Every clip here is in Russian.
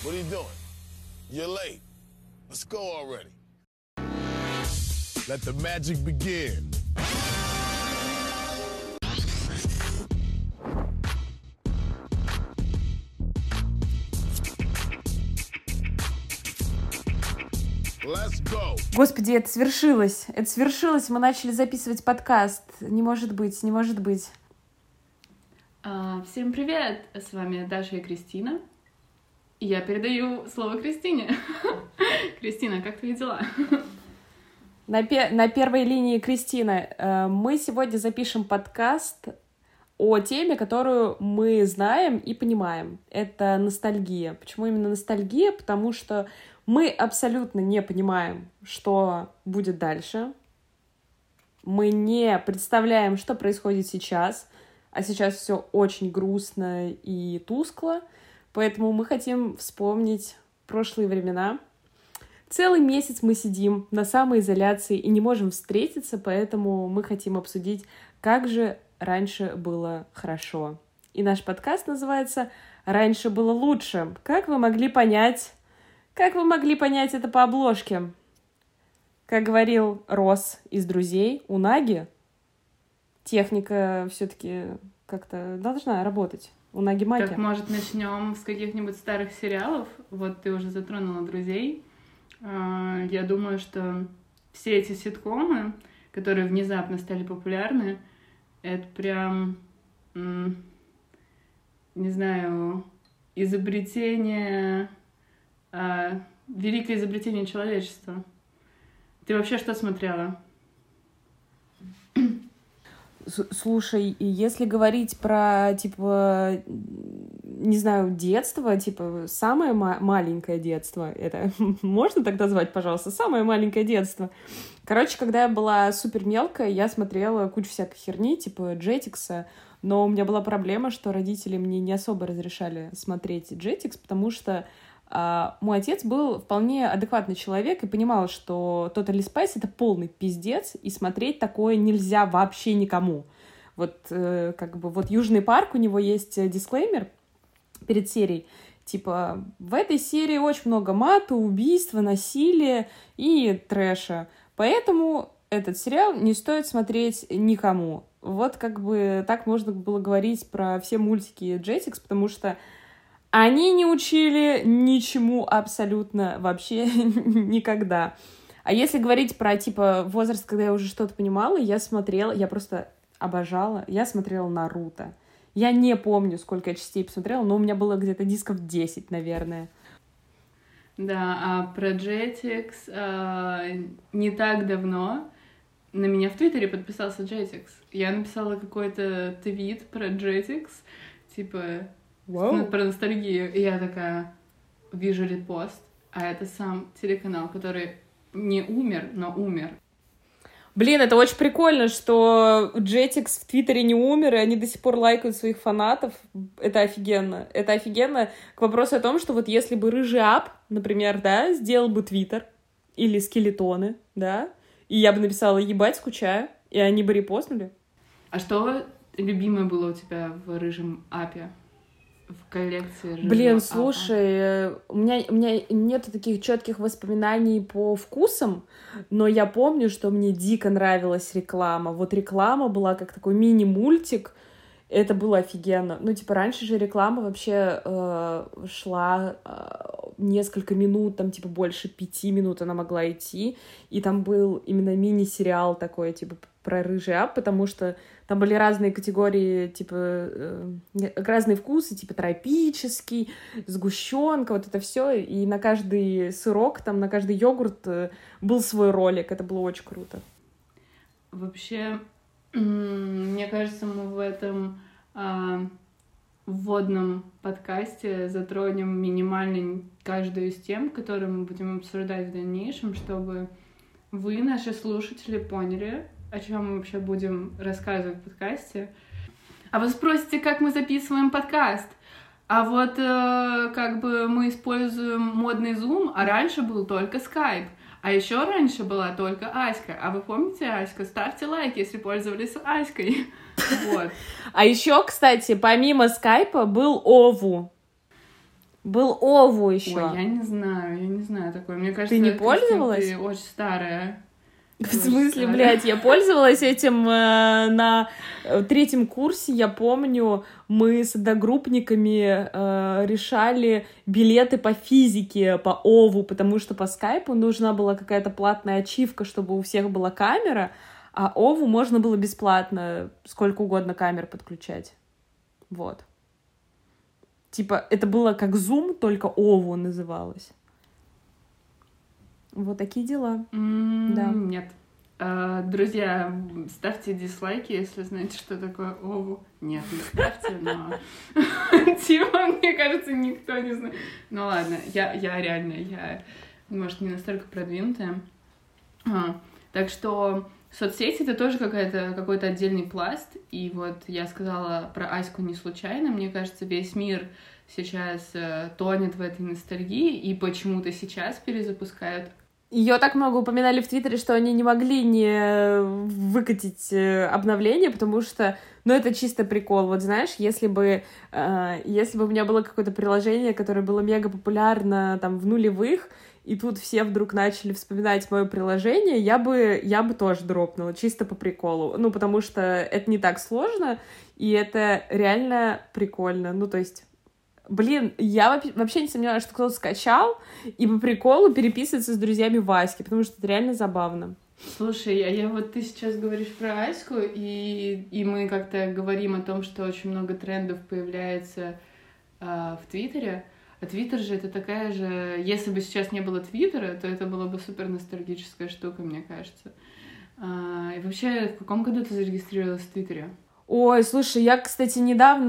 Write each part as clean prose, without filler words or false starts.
What are you doing? You're late. Let's go already. Let the magic begin. Let's go. Господи, это свершилось. Это свершилось. Мы начали записывать подкаст. Не может быть, не может быть. Всем привет! С вами Даша и Кристина. И я передаю слово Кристине. Кристина, как твои дела? На первой линии Кристина. Мы сегодня запишем подкаст о теме, которую мы знаем и понимаем. Это ностальгия. Почему именно ностальгия? Потому что мы абсолютно не понимаем, что будет дальше. Мы не представляем, что происходит сейчас. А сейчас все очень грустно и тускло. Поэтому мы хотим вспомнить прошлые времена. Целый месяц мы сидим на самоизоляции и не можем встретиться, поэтому мы хотим обсудить, как же раньше было хорошо. И наш подкаст называется «Раньше было лучше». Как вы могли понять это по обложке? Как говорил Росс из «Друзей», у Наги техника все-таки как-то должна работать. У Наги магия. Так, может, начнем с каких-нибудь старых сериалов? Вот ты уже затронула «Друзей». Я думаю, что все эти ситкомы, которые внезапно стали популярны, это прям, не знаю, изобретение, великое изобретение человечества. Ты вообще что смотрела? Слушай, если говорить про, типа, не знаю, детство, типа, самое маленькое детство, это можно так назвать, пожалуйста, самое маленькое детство. Короче, когда я была супер мелкая, я смотрела кучу всякой херни, типа Джетикса, но у меня была проблема, что родители мне не особо разрешали смотреть Джетикс, потому что мой отец был вполне адекватный человек и понимал, что Totally Spice — это полный пиздец, и смотреть такое нельзя вообще никому. Вот как бы вот Южный парк, у него есть дисклеймер перед серией, типа в этой серии очень много мата, убийства, насилия и трэша, поэтому этот сериал не стоит смотреть никому. Вот как бы так можно было говорить про все мультики Jetix, потому что они не учили ничему абсолютно вообще никогда. А если говорить про, типа, возраст, когда я уже что-то понимала, я просто обожала, я смотрела Наруто. Я не помню, сколько я частей посмотрела, но у меня было где-то дисков 10, наверное. Да, а про Jetix не так давно на меня в Твиттере подписался Jetix. Я написала какой-то твит про Jetix, типа... Wow. Про ностальгию. И я такая, вижу репост, а это сам телеканал, который не умер, но умер. Блин, это очень прикольно, что Jetix в Твиттере не умер, и они до сих пор лайкают своих фанатов. Это офигенно. Это офигенно. К вопросу о том, что вот если бы Рыжий Ап, например, да, сделал бы Твиттер или Скелетоны, да, и я бы написала «Ебать, скучаю», и они бы репостнули. А что любимое было у тебя в Рыжем Апе? В коллекции Рыжего Блин, Апа? слушай, у меня нету таких четких воспоминаний по вкусам, но я помню, что мне дико нравилась реклама. Вот реклама была как такой мини-мультик, это было офигенно. Ну, типа, раньше же реклама вообще шла несколько минут, там, типа, больше 5 минут она могла идти, и там был именно мини-сериал такой, типа, про Рыжий Ап, потому что там были разные категории, типа, разные вкусы, типа тропический, сгущенка, вот это все. И на каждый сырок, там, на каждый йогурт был свой ролик. Это было очень круто. Вообще, мне кажется, мы в этом вводном подкасте затронем минимально каждую из тем, которые мы будем обсуждать в дальнейшем, чтобы вы, наши слушатели, поняли, о чем мы вообще будем рассказывать в подкасте. А вы спросите, как мы записываем подкаст? А вот как бы мы используем модный Zoom, а раньше был только Skype. А еще раньше была только Аська. А вы помните Аську? Ставьте лайк, если пользовались Аськой. Вот. А еще, кстати, помимо Скайпа был Ову. Был Ову еще. Ой, я не знаю такое. Мне кажется, Ты не Кристина, пользовалась? ты очень старая. В смысле, блядь, я пользовалась этим на 3 курсе, я помню, мы с одногруппниками решали билеты по физике, по ОВУ, потому что по скайпу нужна была какая-то платная ачивка, чтобы у всех была камера, а ОВУ можно было бесплатно сколько угодно камер подключать. Вот. Типа, это было как Zoom, только ОВУ называлось. Вот такие дела. Да. Нет. Друзья, ставьте дизлайки, если знаете, что такое ОВУ. Нет, не ставьте, но... Типа, мне кажется, никто не знает. Ну ладно, я реально, может, не настолько продвинутая. Так что соцсети — это тоже какой-то отдельный пласт. И вот я сказала про Аську не случайно. Мне кажется, весь мир сейчас тонет в этой ностальгии, и почему-то сейчас перезапускают. Ее так много упоминали в Твиттере, что они не могли не выкатить обновление, потому что, ну, это чисто прикол. Вот знаешь, если бы у меня было какое-то приложение, которое было мега популярно там в нулевых, и тут все вдруг начали вспоминать мое приложение, я бы тоже дропнула, чисто по приколу. Ну, потому что это не так сложно, и это реально прикольно. Ну, то есть... Блин, я вообще не сомневаюсь, что кто-то скачал и по приколу переписывается с друзьями Васьки, потому что это реально забавно. Слушай, я вот ты сейчас говоришь про Аську, и мы как-то говорим о том, что очень много трендов появляется в Твиттере. А Твиттер же это такая же... Если бы сейчас не было Твиттера, то это была бы супер ностальгическая штука, мне кажется. И вообще, в каком году ты зарегистрировалась в Твиттере? Ой, слушай, я, кстати,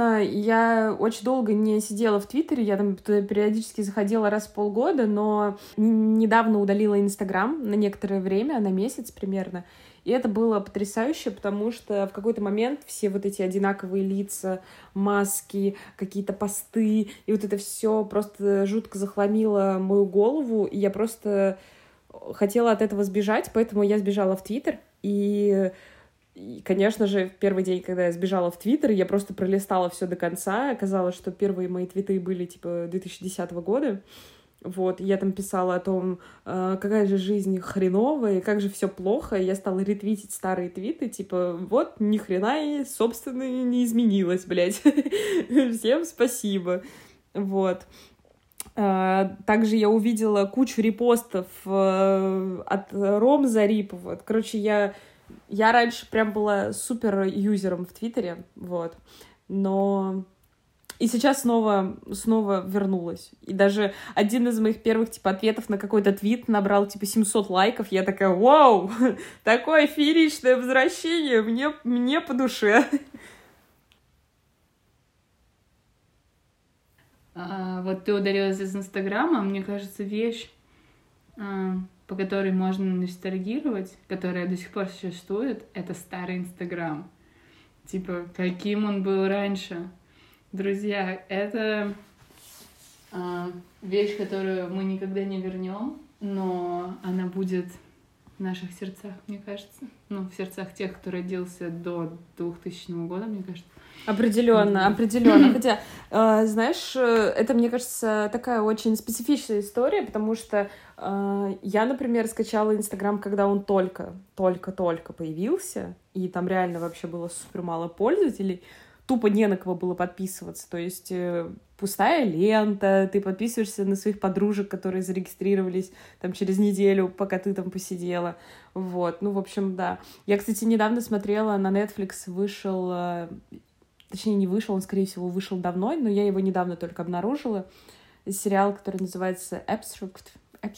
я очень долго не сидела в Твиттере, я там туда периодически заходила раз в полгода, но недавно удалила Инстаграм на некоторое время, на месяц примерно, и это было потрясающе, потому что в какой-то момент все вот эти одинаковые лица, маски, какие-то посты, и вот это все просто жутко захламило мою голову, и я просто хотела от этого сбежать, поэтому я сбежала в Твиттер, и, конечно же, в первый день, когда я сбежала в Твиттер, я просто пролистала все до конца. Оказалось, что первые мои твиты были, типа, 2010 года. Вот, я там писала о том, какая же жизнь хреновая, и как же все плохо. И я стала ретвитить старые твиты, типа, вот, ни хрена, собственно, не изменилось, блядь. Всем спасибо. Вот. Также я увидела кучу репостов от Ром Зарипова. Короче, я раньше прям была супер юзером в Твиттере, вот, но и сейчас снова вернулась. И даже один из моих первых, типа, ответов на какой-то твит набрал, типа, 700 лайков. Я такая, вау, такое фееричное возвращение, мне по душе. Вот ты удалилась из Инстаграма, мне кажется, вещь, по которой можно ностальгировать, которая до сих пор существует, это старый Инстаграм. Типа, каким он был раньше. Друзья, это вещь, которую мы никогда не вернем, но она будет в наших сердцах, мне кажется. Ну, в сердцах тех, кто родился до 2000 года, мне кажется. Определенно. Хотя, знаешь, это, мне кажется, такая очень специфичная история, потому что я, например, скачала Инстаграм, когда он только появился, и там реально вообще было супер мало пользователей. Тупо не на кого было подписываться. То есть пустая лента, ты подписываешься на своих подружек, которые зарегистрировались там через неделю, пока ты там посидела. Вот, ну, в общем, да. Я, кстати, недавно смотрела, на Netflix вышел... Точнее, не вышел, он, скорее всего, вышел давно, но я его недавно только обнаружила. Сериал, который называется Abstract.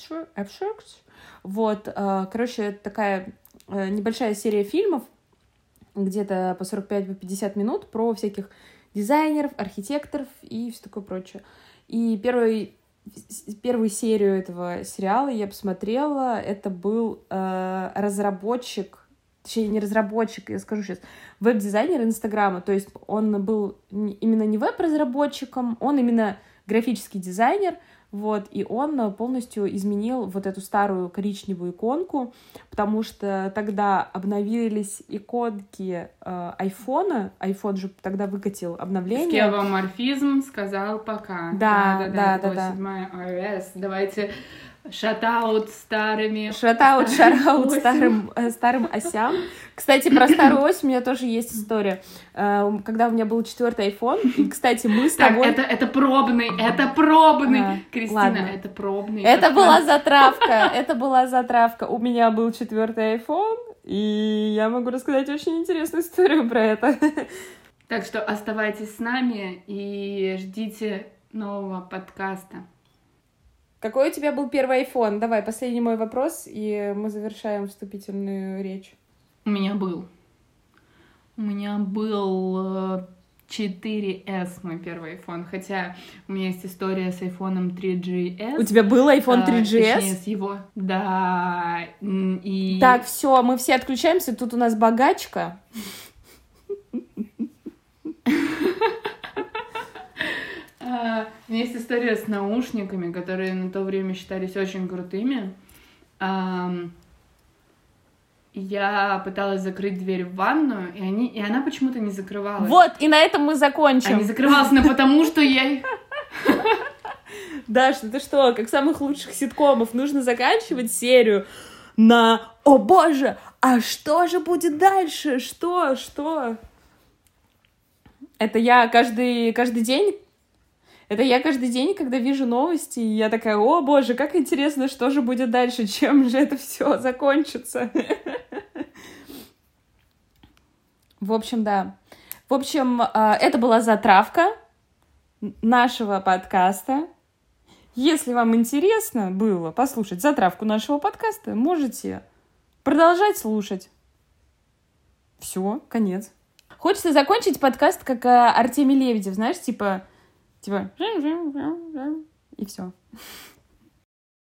Вот, короче, это такая небольшая серия фильмов, где-то по 45-50 минут, про всяких дизайнеров, архитекторов и все такое прочее. И первую серию этого сериала я посмотрела. Это был разработчик, точнее, не разработчик, я скажу сейчас, веб-дизайнер Инстаграма. То есть он был именно не веб-разработчиком, он именно графический дизайнер, Вот, и он полностью изменил вот эту старую коричневую иконку, потому что тогда обновились иконки айфона, айфон же тогда выкатил обновление. Скевоморфизм сказал пока. Да. 7-я iOS. Давайте шатаут старыми... Шатаут старым осям. Кстати, про старую ось у меня тоже есть история. Когда у меня был 4-й iPhone, и, кстати, мы с тобой... Это пробный. Кристина, ладно. это пробный. Это была затравка. У меня был 4-й iPhone, и я могу рассказать очень интересную историю про это. Так что оставайтесь с нами и ждите нового подкаста. Какой у тебя был первый iPhone? Давай, последний мой вопрос, и мы завершаем вступительную речь. У меня был 4S мой первый iPhone, хотя у меня есть история с iPhone 3GS. У тебя был iPhone 3GS? Точнее, с его. Да. И... Так, все, мы все отключаемся, тут у нас богачка. У меня есть история с наушниками, которые на то время считались очень крутыми. Я пыталась закрыть дверь в ванную, и она почему-то не закрывалась. Вот, и на этом мы закончим. А не закрывалась, но потому что я... Даша, ты что, как в самых лучших ситкомов, нужно заканчивать серию на «О боже, а что же будет дальше? Что?» Это я каждый день... Это я каждый день, когда вижу новости, и я такая: «О боже, как интересно, что же будет дальше, чем же это все закончится?» В общем, да. В общем, это была затравка нашего подкаста. Если вам интересно было послушать затравку нашего подкаста, можете продолжать слушать. Все, конец. Хочется закончить подкаст, как Артемий Лебедев, знаешь, типа и все.